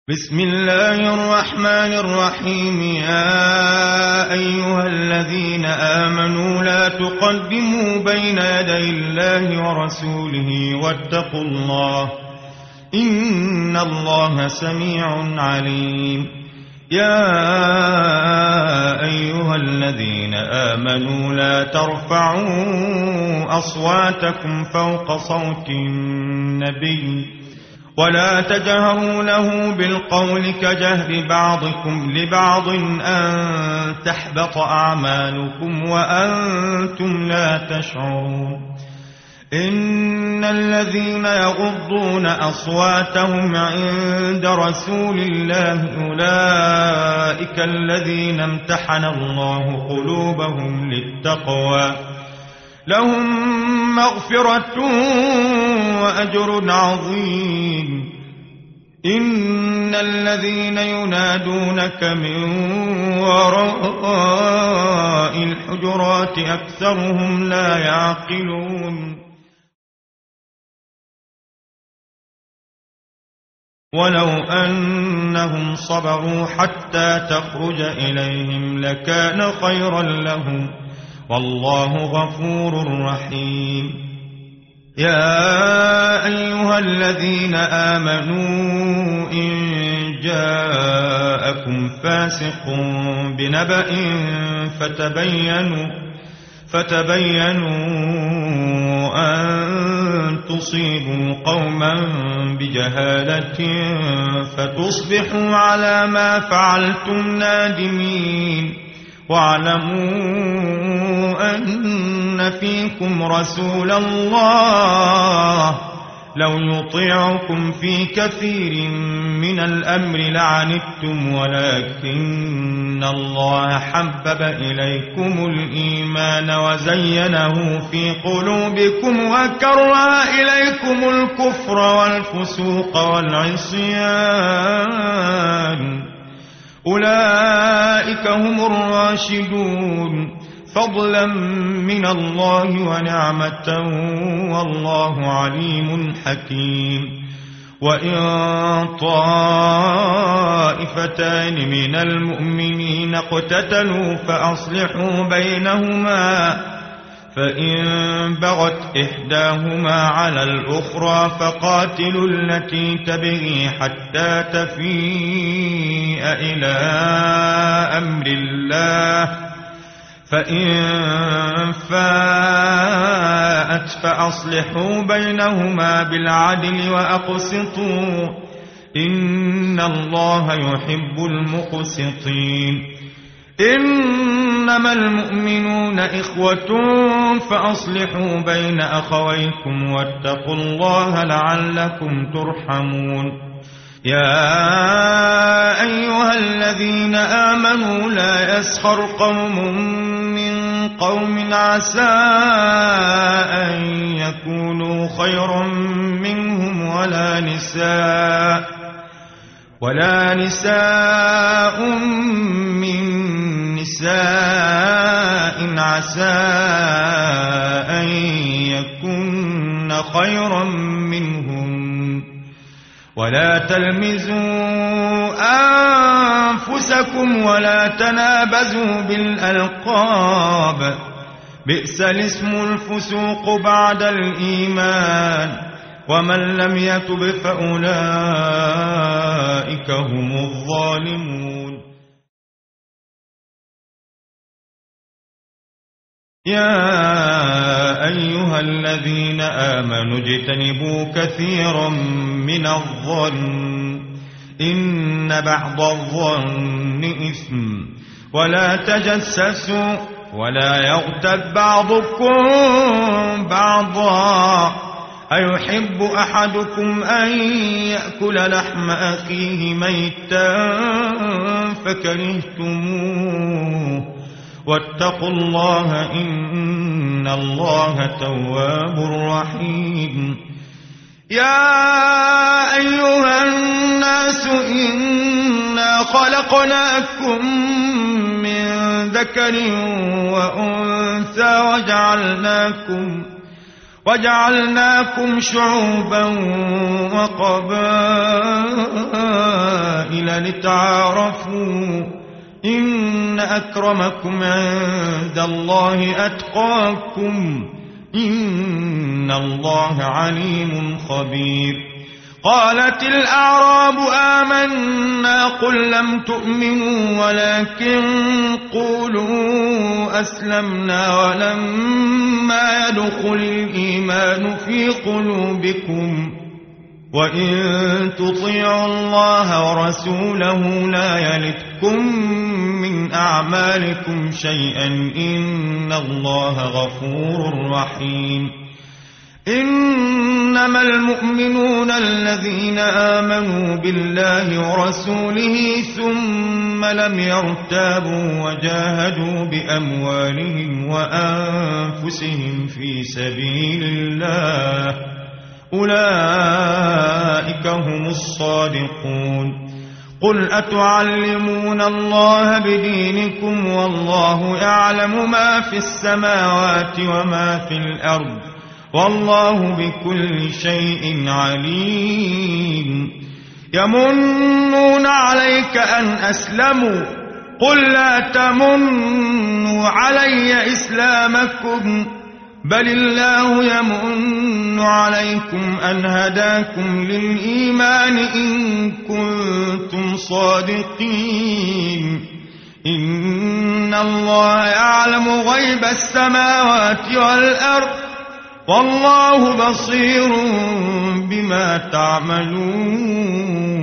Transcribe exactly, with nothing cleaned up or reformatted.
بسم الله الرحمن الرحيم. يا أيها الذين آمنوا لا تقدموا بين يدي الله ورسوله واتقوا الله إن الله سميع عليم. يا أيها الذين آمنوا لا ترفعوا أصواتكم فوق صوت النبي ولا تجهروا له بالقول كجهر بعضكم لبعض أن تحبط أعمالكم وأنتم لا تشعرون. إن الذين يغضون أصواتهم عند رسول الله أولئك الذين امتحن الله قلوبهم للتقوى لهم مغفرة وأجر عظيم. إن الذين ينادونك من وراء الحجرات أكثرهم لا يعقلون. ولو أنهم صبروا حتى تخرج إليهم لكان خيرا لهم والله غفور رحيم. يا أيها الذين آمنوا إن جاءكم فاسق بنبأ فتبينوا فتبينوا أن تصيبوا قوما بجهالة فتصبحوا على ما فعلتم نادمين. واعلموا أن فيكم رسول الله لو يطيعكم في كثير من الأمر لعنتم ولكن الله حبب إليكم الإيمان وزينه في قلوبكم وكره إليكم الكفر والفسوق والعصيان أولئك هم الراشدون فضلا من الله ونعمة والله عليم حكيم. وإن طائفتان من المؤمنين اقتتلوا فأصلحوا بينهما فإن بغت إحداهما على الأخرى فقاتلوا التي تبغي حتى تفيء إلى أمر الله فإن فاءت فأصلحوا بينهما بالعدل وأقسطوا إن الله يحب المقسطين. إنما المؤمنون إخوة فأصلحوا بين أخويكم واتقوا الله لعلكم ترحمون. يا أيها الذين آمنوا لا يسخر قوم من قوم عسى أن يكونوا خيرا منهم ولا نساء ولا نساء من نساء عسى أن يكن خيرا منهم ولا تلمزوا أنفسكم ولا تنابزوا بالألقاب بئس الاسم الفسوق بعد الإيمان ومن لم يتب فأولئك هم الظالمون. يا أيها الذين آمنوا اجتنبوا كثيرا من الظن إن بعض الظن إثم ولا تجسسوا ولا يغتب بعضكم بعضا أيحب أحدكم أن يأكل لحم أخيه ميتا فكرهتموه واتقوا الله إن الله تواب رحيم. يا أيها الناس إنا خلقناكم من ذكر وأنثى وجعلناكم وجعلناكم شعوبا وقبائل قبائل لتعارفوا إن أكرمكم عند الله أتقاكم إن الله عليم خبير. قالت الأعراب آمنا قل لم تؤمنوا ولكن قولوا أسلمنا ولما يدخل الإيمان في قلوبكم وإن تطيعوا الله ورسوله لا يلتكم من أعمالكم شيئا إن الله غفور رحيم. إنما المؤمنون الذين آمنوا بالله ورسوله ثم لم يرتابوا وجاهدوا بأموالهم وأنفسهم في سبيل الله أولئك هم الصادقون. قل أتعلمون الله بدينكم والله يعلم ما في السماوات وما في الأرض والله بكل شيء عليم. يمنون عليك أن أسلموا قل لا تمنوا علي إسلامكم بل الله يمن عليكم أن هداكم للإيمان إن كنتم صادقين. إن الله يعلم غيب السماوات والأرض والله بصير بما تعملون.